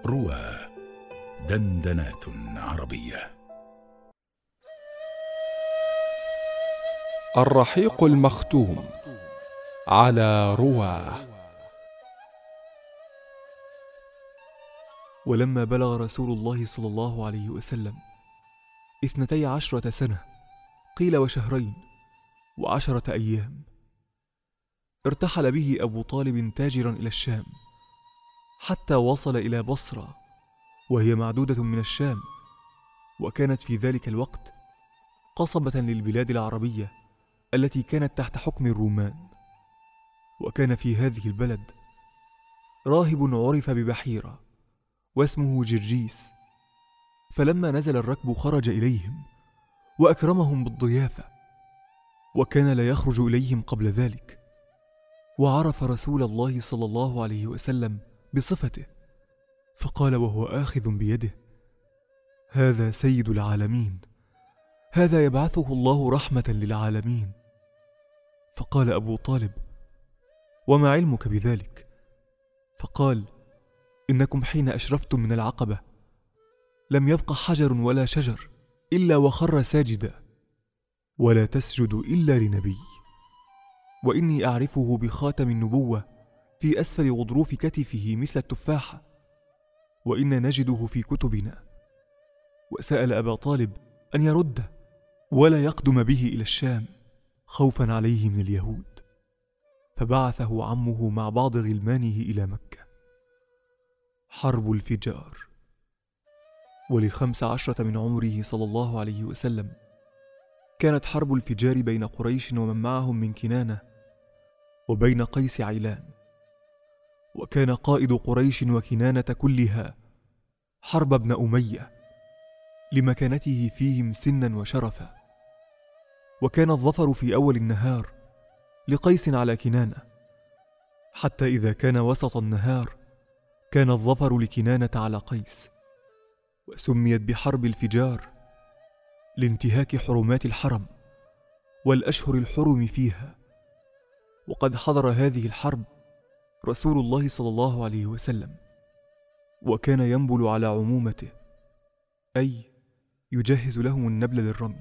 روى دندنات عربية. الرحيق المختوم على روى. ولما بلغ رسول الله صلى الله عليه وسلم 12 سنة، قيل وشهرين و10 أيام، ارتحل به أبو طالب تاجرا إلى الشام، حتى وصل إلى بصرة، وهي معدودة من الشام، وكانت في ذلك الوقت قصبة للبلاد العربية التي كانت تحت حكم الرومان. وكان في هذه البلد راهب عرف ببحيرة واسمه جرجيس، فلما نزل الركب خرج إليهم وأكرمهم بالضيافة، وكان لا يخرج إليهم قبل ذلك. وعرف رسول الله صلى الله عليه وسلم بصفته، فقال وهو آخذ بيده: هذا سيد العالمين، هذا يبعثه الله رحمة للعالمين. فقال أبو طالب: وما علمك بذلك؟ فقال: إنكم حين أشرفتم من العقبة لم يبق حجر ولا شجر إلا وخر ساجدا، ولا تسجد إلا لنبي، وإني أعرفه بخاتم النبوة في أسفل غضروف كتفه مثل التفاحة، وإن نجده في كتبنا. وسأل أبا طالب أن يرده ولا يقدم به إلى الشام خوفا عليه من اليهود، فبعثه عمه مع بعض غلمانه إلى مكة. حرب الفجار. ول15 من عمره صلى الله عليه وسلم كانت حرب الفجار بين قريش ومن معهم من كنانة وبين قيس عيلان. وكان قائد قريش وكنانة كلها حرب بن أمية لمكانته فيهم سنا وشرفا. وكان الظفر في أول النهار لقيس على كنانة، حتى إذا كان وسط النهار كان الظفر لكنانة على قيس. وسميت بحرب الفجار لانتهاك حرمات الحرم والأشهر الحرم فيها. وقد حضر هذه الحرب رسول الله صلى الله عليه وسلم، وكان ينبل على عمومته، أي يجهز لهم النبل للرمي.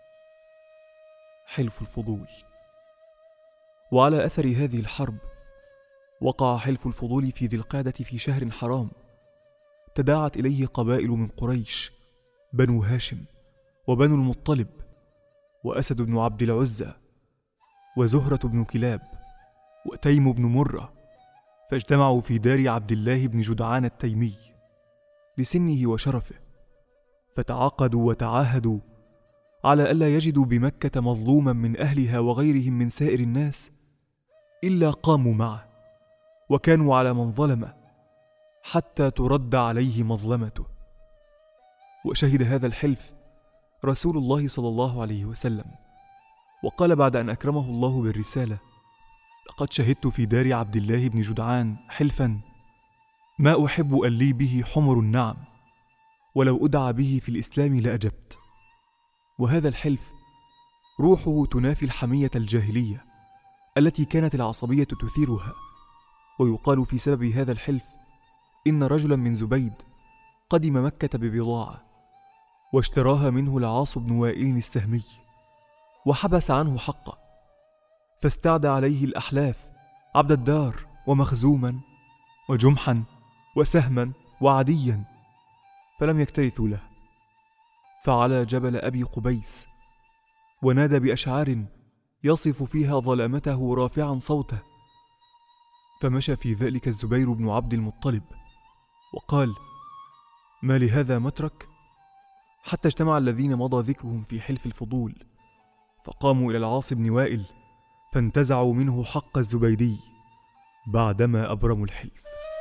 حلف الفضول. وعلى أثر هذه الحرب وقع حلف الفضول في ذي القعدة في شهر حرام، تداعت إليه قبائل من قريش: بنو هاشم وبنو المطلب وأسد بن عبد العزى وزهرة بن كلاب وتيم بن مرة، فاجتمعوا في دار عبد الله بن جدعان التيمي لسنه وشرفه، فتعاقدوا وتعاهدوا على ألا يجدوا بمكة مظلوما من أهلها وغيرهم من سائر الناس إلا قاموا معه، وكانوا على من ظلمه حتى ترد عليه مظلمته. وشهد هذا الحلف رسول الله صلى الله عليه وسلم، وقال بعد أن أكرمه الله بالرسالة: لقد شهدت في دار عبد الله بن جدعان حلفا ما أحب أن لي به حمر النعم، ولو أدعى به في الإسلام لأجبت. وهذا الحلف روحه تنافي الحمية الجاهلية التي كانت العصبية تثيرها. ويقال في سبب هذا الحلف إن رجلا من زبيد قدم مكة ببضاعة واشتراها منه العاص بن وائل السهمي، وحبس عنه حقه، فاستعدى عليه الأحلاف عبد الدار ومخزوما وجمحا وسهما وعديا، فلم يكترثوا له، فعلى جبل أبي قبيس ونادى بأشعار يصف فيها ظلامته رافعا صوته. فمشى في ذلك الزبير بن عبد المطلب وقال: ما لهذا مترك؟ حتى اجتمع الذين مضى ذكرهم في حلف الفضول، فقاموا إلى العاص بن وائل فانتزعوا منه حق الزبيدي بعدما أبرموا الحلف.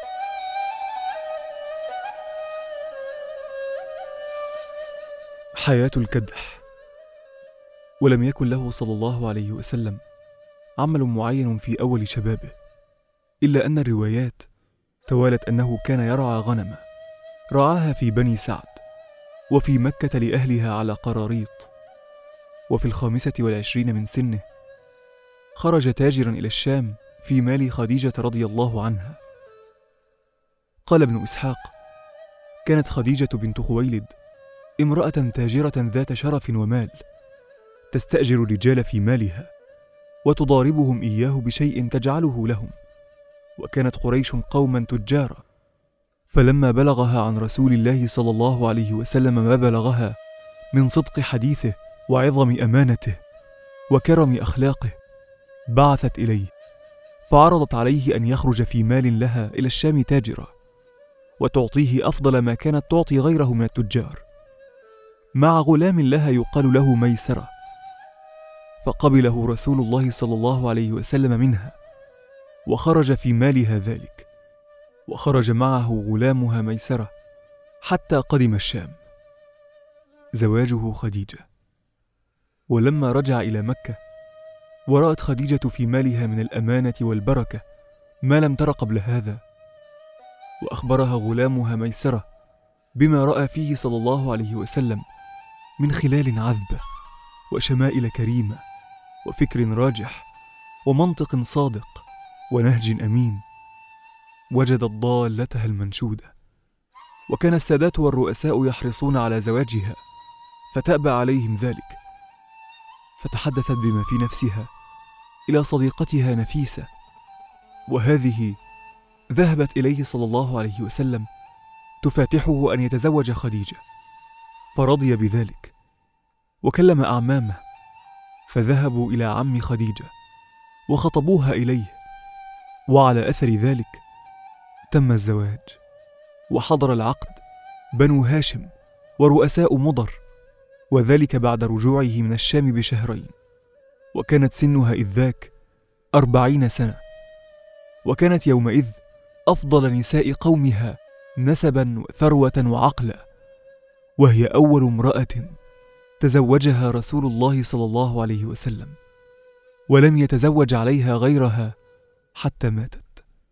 حياة الكدح. ولم يكن له صلى الله عليه وسلم عمل معين في أول شبابه، إلا أن الروايات توالت أنه كان يرعى غنما رعاها في بني سعد وفي مكة لأهلها على قراريط. وفي 25 من سنه خرج تاجرا إلى الشام في مال خديجة رضي الله عنها. قال ابن إسحاق: كانت خديجة بنت خويلد امرأة تاجرة ذات شرف ومال، تستأجر الرجال في مالها وتضاربهم إياه بشيء تجعله لهم. وكانت قريش قوما تجارا، فلما بلغها عن رسول الله صلى الله عليه وسلم ما بلغها من صدق حديثه وعظم أمانته وكرم أخلاقه، بعثت إليه فعرضت عليه أن يخرج في مال لها إلى الشام تاجرا، وتعطيه أفضل ما كانت تعطي غيره من التجار، مع غلام لها يقال له ميسرة. فقبله رسول الله صلى الله عليه وسلم منها، وخرج في مالها ذلك، وخرج معه غلامها ميسرة حتى قدم الشام. زواجه خديجة. ولما رجع إلى مكة ورأت خديجة في مالها من الأمانة والبركة ما لم تر قبل هذا، وأخبرها غلامها ميسرة بما رأى فيه صلى الله عليه وسلم من خلال عذبة وشمائل كريمة وفكر راجح ومنطق صادق ونهج أمين، وجدت ضالتها المنشودة. وكان السادات والرؤساء يحرصون على زواجها فتأبى عليهم ذلك، فتحدثت بما في نفسها إلى صديقتها نفيسة، وهذه ذهبت إليه صلى الله عليه وسلم تفاتحه أن يتزوج خديجة، فرضي بذلك، وكلم أعمامه فذهبوا إلى عم خديجة وخطبوها إليه، وعلى أثر ذلك تم الزواج، وحضر العقد بنو هاشم ورؤساء مضر، وذلك بعد رجوعه من الشام بشهرين، وكانت سنها إذ ذاك 40 سنة، وكانت يومئذ أفضل نساء قومها نسبا وثروة وعقلا، وهي أول امرأة تزوجها رسول الله صلى الله عليه وسلم، ولم يتزوج عليها غيرها حتى ماتت.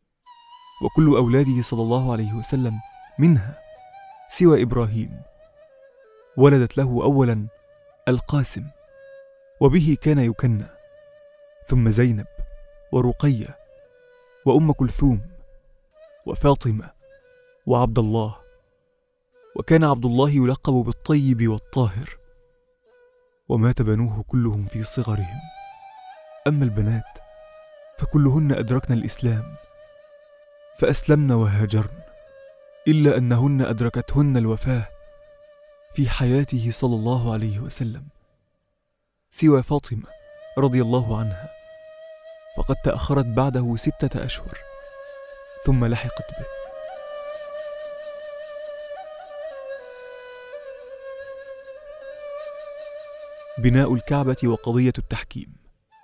وكل أولاده صلى الله عليه وسلم منها سوى إبراهيم، ولدت له أولا القاسم، وبه كان يكنى، ثم زينب ورقية وأم كلثوم وفاطمة وعبد الله، وكان عبد الله يلقب بالطيب والطاهر، ومات بنوه كلهم في صغرهم. أما البنات فكلهن أدركن الإسلام فأسلمن وهاجرن، إلا أنهن أدركتهن الوفاة في حياته صلى الله عليه وسلم، سوى فاطمة رضي الله عنها، فقد تأخرت بعده 6 أشهر ثم لحقت به. بناء الكعبة وقضية التحكيم.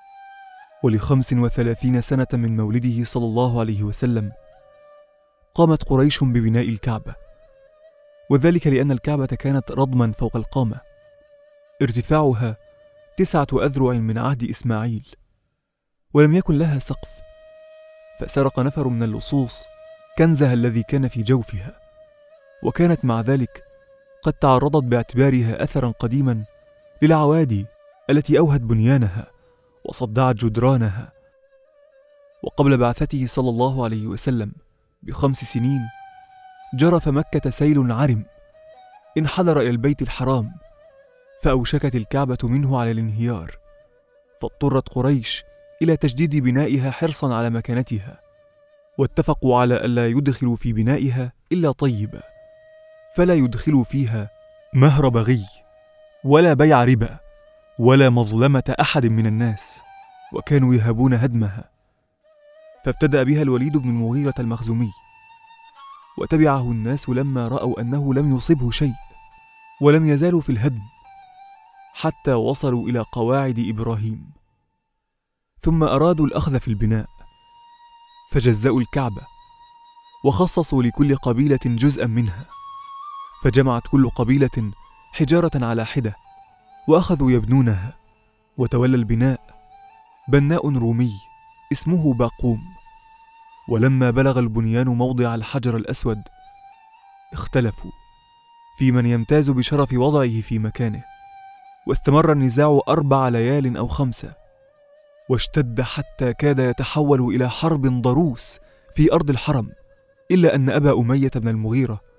ول35 سنة من مولده صلى الله عليه وسلم قامت قريش ببناء الكعبة، وذلك لأن الكعبة كانت رضما فوق القامة، ارتفاعها 9 أذرع من عهد إسماعيل، ولم يكن لها سقف، فسرق نفر من اللصوص كنزها الذي كان في جوفها، وكانت مع ذلك قد تعرضت باعتبارها أثرا قديما للعوادي التي أوهت بنيانها وصدعت جدرانها. وقبل بعثته صلى الله عليه وسلم ب5 سنين جرف مكة سيل عرم انحدر إلى البيت الحرام، فأوشكت الكعبة منه على الانهيار، فاضطرت قريش إلى تجديد بنائها حرصا على مكانتها، واتفقوا على ألا يدخلوا في بنائها إلا طيبا، فلا يدخلوا فيها مهر بغي ولا بيع ربا ولا مظلمة أحد من الناس، وكانوا يهابون هدمها. فابتدأ بها الوليد بن المغيرة المخزومي، وتبعه الناس لما رأوا أنه لم يصبه شيء، ولم يزالوا في الهدم حتى وصلوا إلى قواعد إبراهيم، ثم أرادوا الأخذ في البناء، فجزأوا الكعبة وخصصوا لكل قبيلة جزءا منها، فجمعت كل قبيلة حجارة على حدة وأخذوا يبنونها، وتولى البناء بناء رومي اسمه باقوم. ولما بلغ البنيان موضع الحجر الأسود اختلفوا في من يمتاز بشرف وضعه في مكانه، واستمر النزاع 4 ليال أو 5، واشتد حتى كاد يتحول إلى حرب ضروس في أرض الحرم، إلا أن أبا أمية بن المغيرة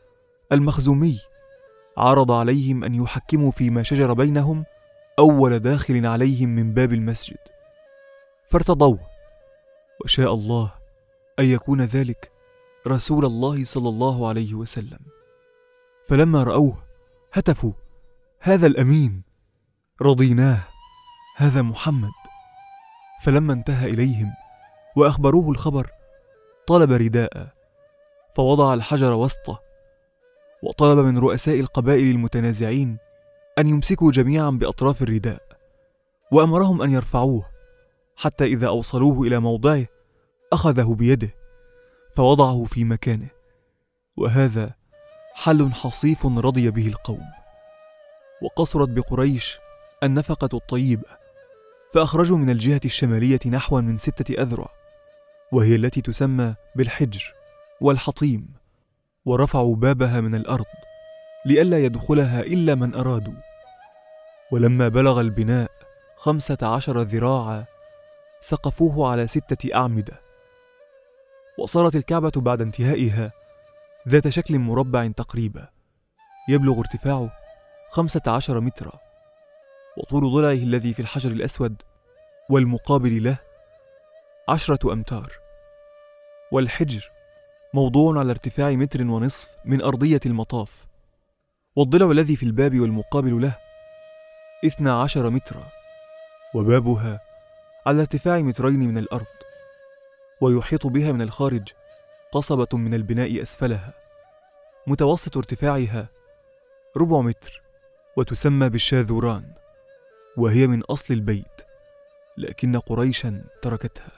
المخزومي عرض عليهم أن يحكموا فيما شجر بينهم أول داخل عليهم من باب المسجد، فارتضوه، وشاء الله أن يكون ذلك رسول الله صلى الله عليه وسلم. فلما رأوه هتفوا: هذا الأمين، رضيناه، هذا محمد. فلما انتهى إليهم وأخبروه الخبر طلب رداء، فوضع الحجر وسطه، وطلب من رؤساء القبائل المتنازعين أن يمسكوا جميعا بأطراف الرداء، وأمرهم أن يرفعوه، حتى إذا أوصلوه إلى موضعه أخذه بيده فوضعه في مكانه. وهذا حل حصيف رضي به القوم. وقصرت بقريش النفقة الطيبة، فأخرجوا من الجهة الشمالية نحو من 6 أذرع، وهي التي تسمى بالحجر والحطيم، ورفعوا بابها من الأرض لئلا يدخلها إلا من أرادوا. ولما بلغ البناء 15 ذراعا سقفوه على 6 أعمدة. وصارت الكعبة بعد انتهائها ذات شكل مربع تقريبا، يبلغ ارتفاعه 15 مترا، وطول ضلعه الذي في الحجر الأسود والمقابل له 10 أمتار. والحجر موضوع على ارتفاع 1.5 متر من أرضية المطاف، والضلع الذي في الباب والمقابل له 12 مترا، وبابها على ارتفاع 2 متر من الأرض، ويحيط بها من الخارج قصبة من البناء أسفلها، متوسط ارتفاعها 4 متر، وتسمى بالشاذوران، وهي من أصل البيت، لكن قريشا تركتها.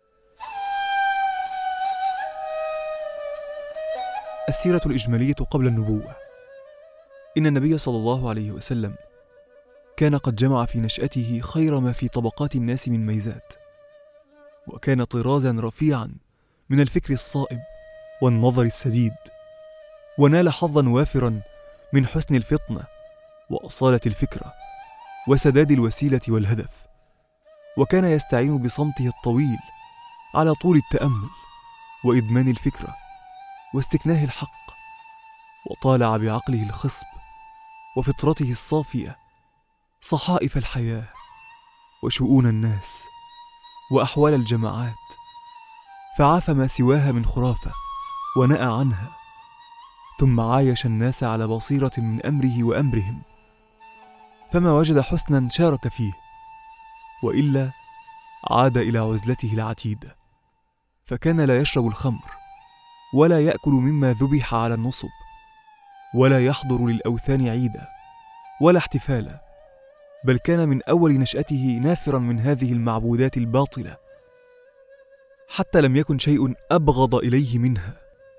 السيرة الإجمالية قبل النبوة. إن النبي صلى الله عليه وسلم كان قد جمع في نشأته خير ما في طبقات الناس من ميزات، وكان طرازا رفيعا من الفكر الصائب والنظر السديد، ونال حظا وافرا من حسن الفطنة وأصالة الفكرة وسداد الوسيلة والهدف، وكان يستعين بصمته الطويل على طول التأمل وإدمان الفكرة واستكناه الحق، وطالع بعقله الخصب وفطرته الصافية صحائف الحياة وشؤون الناس وأحوال الجماعات، فعاف ما سواها من خرافة ونأى عنها، ثم عايش الناس على بصيرة من أمره وأمرهم، فما وجد حسنا شارك فيه، وإلا عاد إلى عزلته العتيدة، فكان لا يشرب الخمر ولا يأكل مما ذبح على النصب، ولا يحضر للأوثان عيدا ولا احتفالا، بل كان من أول نشأته نافرا من هذه المعبودات الباطلة، حتى لم يكن شيء أبغض إليه منها،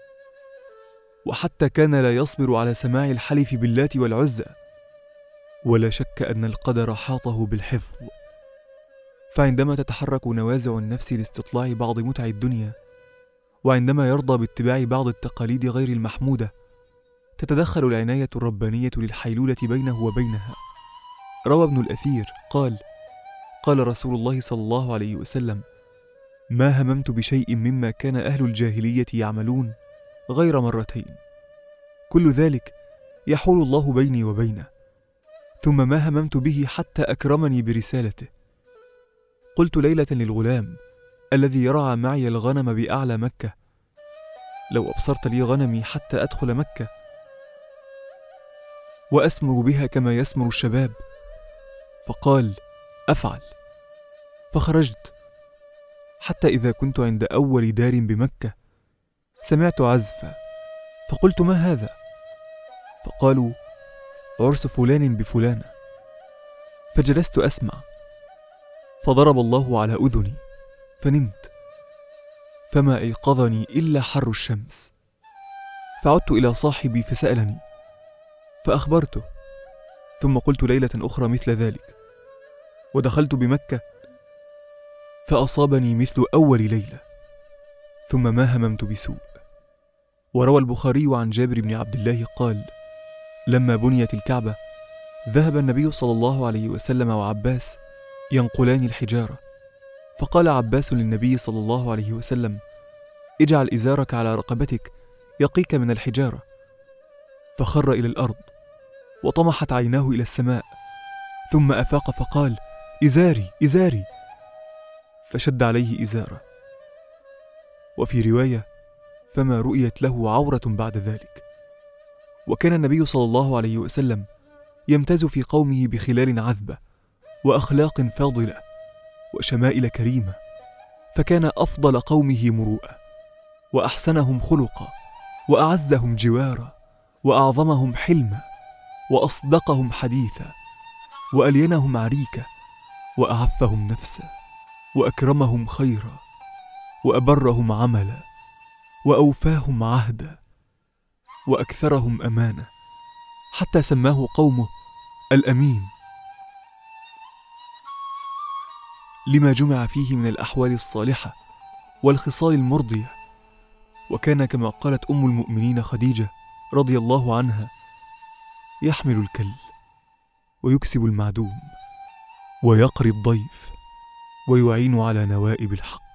وحتى كان لا يصبر على سماع الحلف باللات والعزى، ولا شك أن القدر حاطه بالحفظ. فعندما تتحرك نوازع النفس لاستطلاع بعض متع الدنيا، وعندما يرضى باتباع بعض التقاليد غير المحمودة، تتدخل العناية الربانية للحيلولة بينه وبينها. روى ابن الأثير قال رسول الله صلى الله عليه وسلم: ما هممت بشيء مما كان أهل الجاهلية يعملون غير مرتين، كل ذلك يحول الله بيني وبينه، ثم ما هممت به حتى أكرمني برسالته. قلت ليلة للغلام الذي يرعى معي الغنم بأعلى مكة: لو أبصرت لي غنمي حتى أدخل مكة وأسمر بها كما يسمر الشباب. فقال: أفعل. فخرجت حتى إذا كنت عند أول دار بمكة سمعت عزفا، فقلت: ما هذا؟ فقالوا: عرس فلان بفلانة. فجلست أسمع، فضرب الله على أذني فنمت، فما أيقظني إلا حر الشمس. فعدت إلى صاحبي فسألني، فأخبرته، ثم قلت ليلة أخرى مثل ذلك، ودخلت بمكة فأصابني مثل أول ليلة، ثم ما هممت بسوء. وروى البخاري عن جابر بن عبد الله قال: لما بنيت الكعبة ذهب النبي صلى الله عليه وسلم وعباس ينقلان الحجارة، فقال عباس للنبي صلى الله عليه وسلم: اجعل إزارك على رقبتك يقيك من الحجارة. فخر إلى الأرض وطمحت عيناه إلى السماء، ثم أفاق فقال: إزاري إزاري، فشد عليه إزاره. وفي رواية: فما رؤيت له عورة بعد ذلك. وكان النبي صلى الله عليه وسلم يمتاز في قومه بخلال عذبة وأخلاق فاضلة وشمائل كريمة، فكان أفضل قومه مروءة، وأحسنهم خلقا، وأعزهم جوارا، وأعظمهم حلما، وأصدقهم حديثا، وألينهم عريكا، وأعفهم نفسا، وأكرمهم خيرا، وأبرهم عملا، وأوفاهم عهدا، وأكثرهم أمانة، حتى سماه قومه الأمين، لما جمع فيه من الأحوال الصالحة والخصال المرضية. وكان كما قالت أم المؤمنين خديجة رضي الله عنها: يحمل الكل، ويكسب المعدوم، ويقري الضيف، ويعين على نوائب الحق.